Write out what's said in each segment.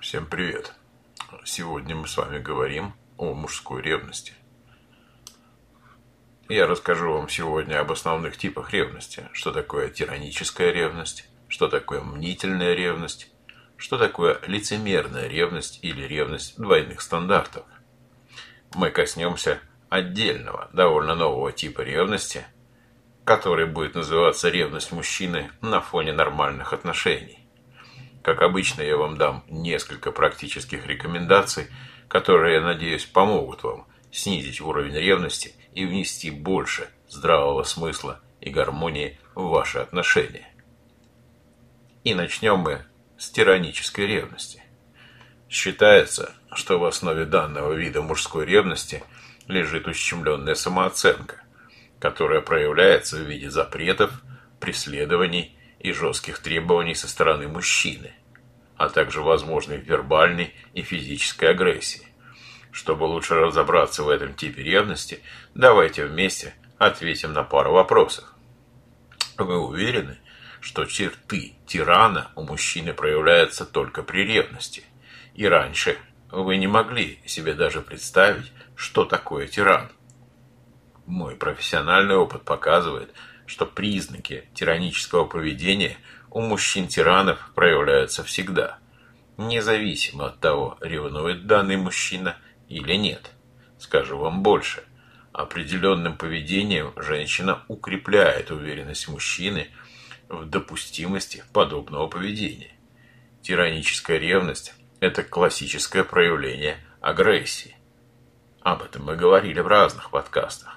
Всем привет! Сегодня мы с вами говорим о мужской ревности. Я расскажу вам сегодня об основных типах ревности. Что такое тираническая ревность, что такое мнительная ревность, что такое лицемерная ревность или ревность двойных стандартов. Мы коснемся отдельного, довольно нового типа ревности, который будет называться ревность мужчины на фоне нормальных отношений. Как обычно, я вам дам несколько практических рекомендаций, которые, я надеюсь, помогут вам снизить уровень ревности и внести больше здравого смысла и гармонии в ваши отношения. И начнем мы с тиранической ревности. Считается, что в основе данного вида мужской ревности лежит ущемленная самооценка, которая проявляется в виде запретов, преследований и жестких требований со стороны мужчины, а также возможной вербальной и физической агрессии. Чтобы лучше разобраться в этом типе ревности, давайте вместе ответим на пару вопросов. Вы уверены, что черты тирана у мужчины проявляются только при ревности? И раньше вы не могли себе даже представить, что такое тиран? Мой профессиональный опыт показывает, что признаки тиранического поведения у мужчин-тиранов проявляются всегда, независимо от того, ревнует данный мужчина или нет. Скажу вам больше. Определенным поведением женщина укрепляет уверенность мужчины в допустимости подобного поведения. Тираническая ревность – это классическое проявление агрессии. Об этом мы говорили в разных подкастах.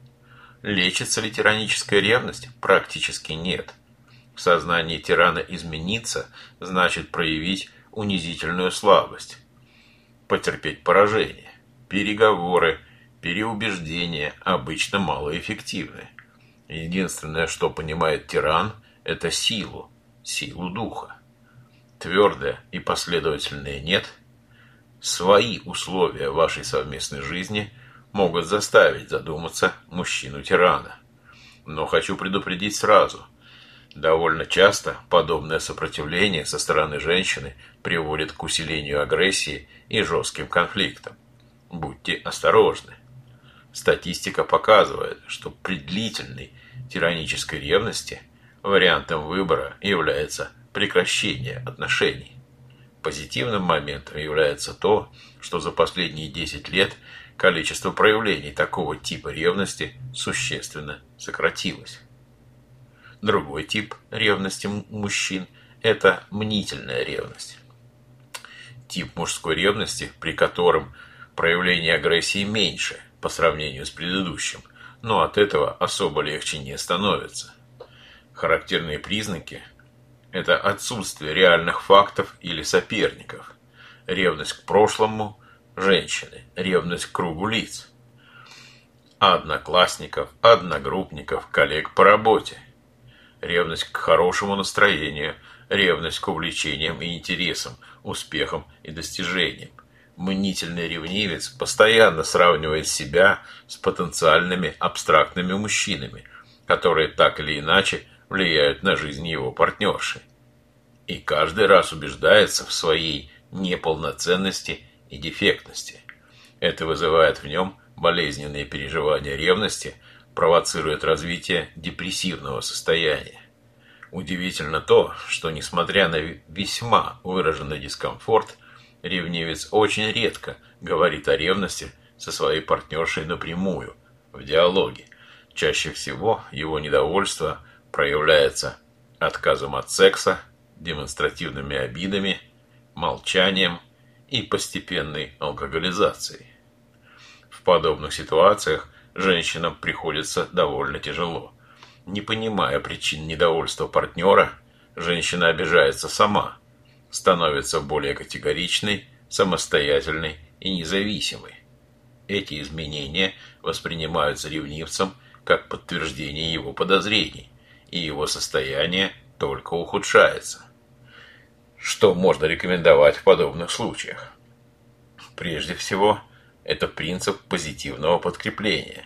Лечится ли тираническая ревность? Практически нет. В сознании тирана измениться значит проявить унизительную слабость, потерпеть поражение. Переговоры, переубеждения обычно малоэффективны. Единственное, что понимает тиран, это силу духа. Твердое и последовательное «нет», свои условия вашей совместной жизни могут заставить задуматься мужчину-тирана. Но хочу предупредить сразу. Довольно часто подобное сопротивление со стороны женщины приводит к усилению агрессии и жестким конфликтам. Будьте осторожны. Статистика показывает, что при длительной тиранической ревности вариантом выбора является прекращение отношений. Позитивным моментом является то, что за последние 10 лет количество проявлений такого типа ревности существенно сократилось. Другой тип ревности мужчин – это мнительная ревность. Тип мужской ревности, при котором проявление агрессии меньше по сравнению с предыдущим, но от этого особо легче не становится. Характерные признаки – это отсутствие реальных фактов или соперников, ревность к прошлому женщины, ревность к кругу лиц, одноклассников, одногруппников, коллег по работе, ревность к хорошему настроению, ревность к увлечениям и интересам, успехам и достижениям. Мнительный ревнивец постоянно сравнивает себя с потенциальными абстрактными мужчинами, которые так или иначе влияют на жизнь его партнерши. И каждый раз убеждается в своей неполноценности и дефектности. Это вызывает в нем болезненные переживания ревности, провоцирует развитие депрессивного состояния. Удивительно то, что несмотря на весьма выраженный дискомфорт, ревнивец очень редко говорит о ревности со своей партнершей напрямую, в диалоге. Чаще всего его недовольство проявляется отказом от секса, демонстративными обидами, молчанием и постепенной алкоголизацией. В подобных ситуациях женщинам приходится довольно тяжело. Не понимая причин недовольства партнера, женщина обижается сама, становится более категоричной, самостоятельной и независимой. Эти изменения воспринимаются ревнивцем как подтверждение его подозрений, и его состояние только ухудшается. Что можно рекомендовать в подобных случаях? Прежде всего, это принцип позитивного подкрепления.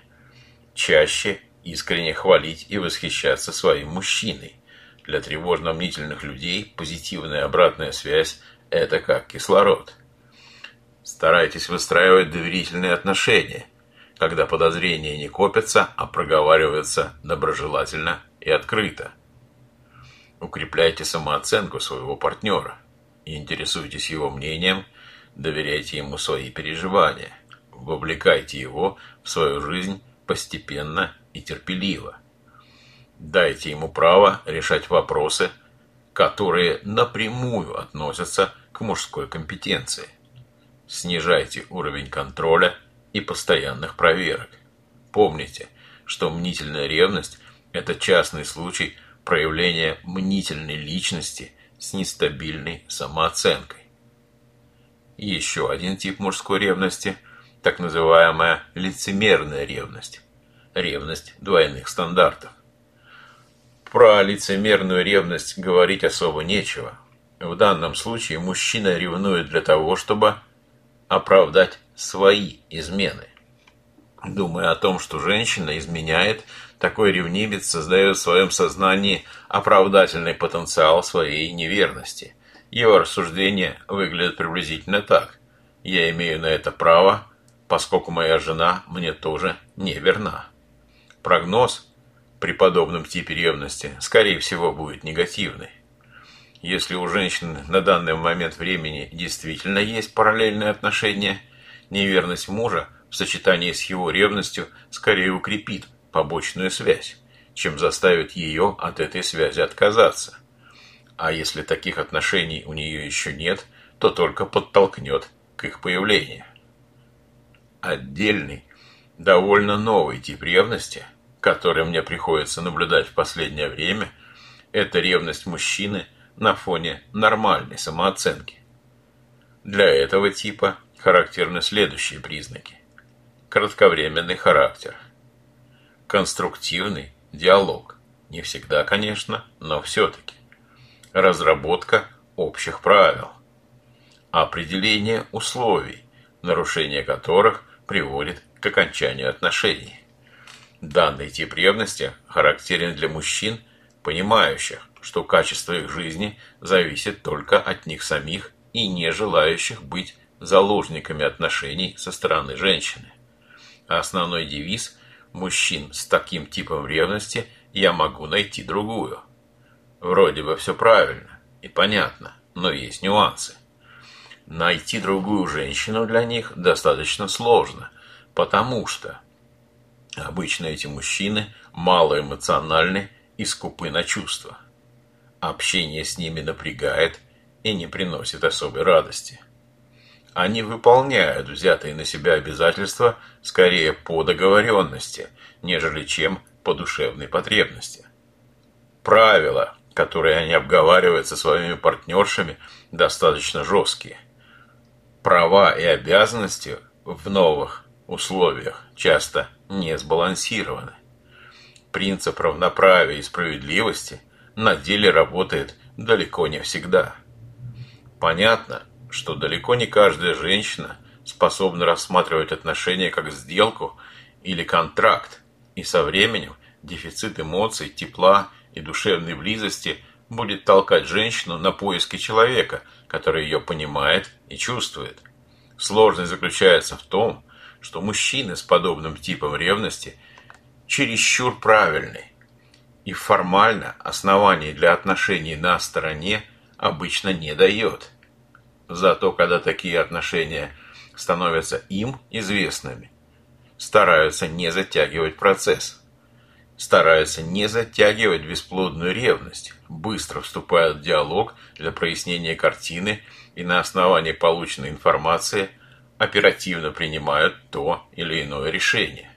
Чаще искренне хвалить и восхищаться своим мужчиной. Для тревожно-мнительных людей позитивная обратная связь Это как кислород. Старайтесь выстраивать доверительные отношения, когда подозрения не копятся, а проговариваются доброжелательно и открыто. Укрепляйте самооценку своего партнера, интересуйтесь его мнением, доверяйте ему свои переживания, вовлекайте его в свою жизнь постепенно и терпеливо. Дайте ему право решать вопросы, которые напрямую относятся к мужской компетенции. Снижайте уровень контроля и постоянных проверок. Помните, что мнительная ревность – это частный случай проявления мнительной личности с нестабильной самооценкой. Еще один тип мужской ревности – так называемая лицемерная ревность. Ревность двойных стандартов. Про лицемерную ревность говорить особо нечего. В данном случае мужчина ревнует для того, чтобы оправдать свои измены. Думая о том, что женщина изменяет, такой ревнивец создает в своем сознании оправдательный потенциал своей неверности. Его рассуждения выглядят приблизительно так. Я имею на это право, поскольку моя жена мне тоже не верна. Прогноз при подобном типе ревности, скорее всего, будет негативный. Если у женщины на данный момент времени действительно есть параллельные отношения, неверность мужа в сочетании с его ревностью скорее укрепит побочную связь, чем заставит ее от этой связи отказаться. А если таких отношений у нее еще нет, то только подтолкнет к их появлению. Отдельный, довольно новый тип ревности, который мне приходится наблюдать в последнее время, это ревность мужчины на фоне нормальной самооценки. Для этого типа характерны следующие признаки. Кратковременный характер. Конструктивный диалог. Не всегда, конечно, но все-таки. Разработка общих правил. Определение условий, нарушение которых приводит к окончанию отношений. Данный тип ревности характерен для мужчин, понимающих, что качество их жизни зависит только от них самих и не желающих быть заложниками отношений со стороны женщины. Основной девиз мужчин с таким типом ревности «я могу найти другую». Вроде бы все правильно и понятно, но есть нюансы. Найти другую женщину для них достаточно сложно, потому что обычно эти мужчины малоэмоциональны и скупы на чувства. Общение с ними напрягает и не приносит особой радости. Они выполняют взятые на себя обязательства скорее по договоренности, нежели чем по душевной потребности. Правила, которые они обговаривают со своими партнершами, достаточно жесткие. Права и обязанности в новых условиях часто не сбалансированы. Принцип равноправия и справедливости на деле работает далеко не всегда. Понятно, что далеко не каждая женщина способна рассматривать отношения как сделку или контракт, и со временем дефицит эмоций, тепла и душевной близости будет толкать женщину на поиски человека, который ее понимает и чувствует. Сложность заключается в том, что мужчины с подобным типом ревности чересчур правильны, и формально оснований для отношений на стороне обычно не дает. Зато когда такие отношения становятся им известными, стараются не затягивать процесс, стараются не затягивать бесплодную ревность, быстро вступают в диалог для прояснения картины и на основании полученной информации оперативно принимают то или иное решение.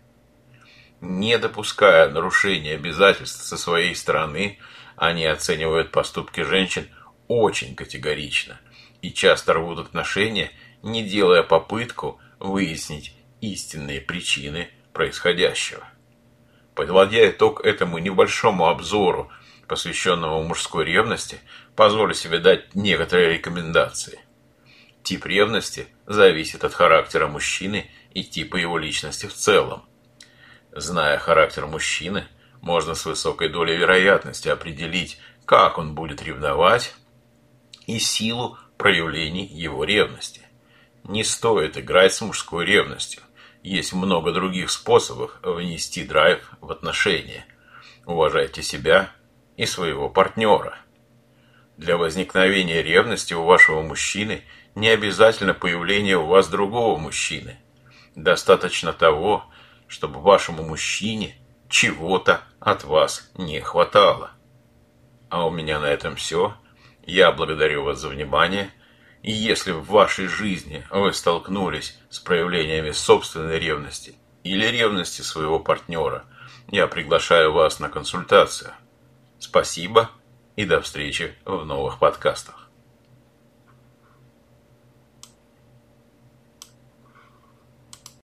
Не допуская нарушения обязательств со своей стороны, они оценивают поступки женщин очень категорично и часто рвут отношения, не делая попытку выяснить истинные причины происходящего. Подводя итог этому небольшому обзору, посвященному мужской ревности, позволю себе дать некоторые рекомендации. Тип ревности зависит от характера мужчины и типа его личности в целом. Зная характер мужчины, можно с высокой долей вероятности определить, как он будет ревновать, и силу проявлений его ревности. Не стоит играть с мужской ревностью. Есть много других способов внести драйв в отношения. Уважайте себя и своего партнера. Для возникновения ревности у вашего мужчины не обязательно появление у вас другого мужчины. Достаточно того, чтобы вашему мужчине чего-то от вас не хватало. А у меня на этом все. Я благодарю вас за внимание. И если в вашей жизни вы столкнулись с проявлениями собственной ревности или ревности своего партнера, я приглашаю вас на консультацию. Спасибо и до встречи в новых подкастах.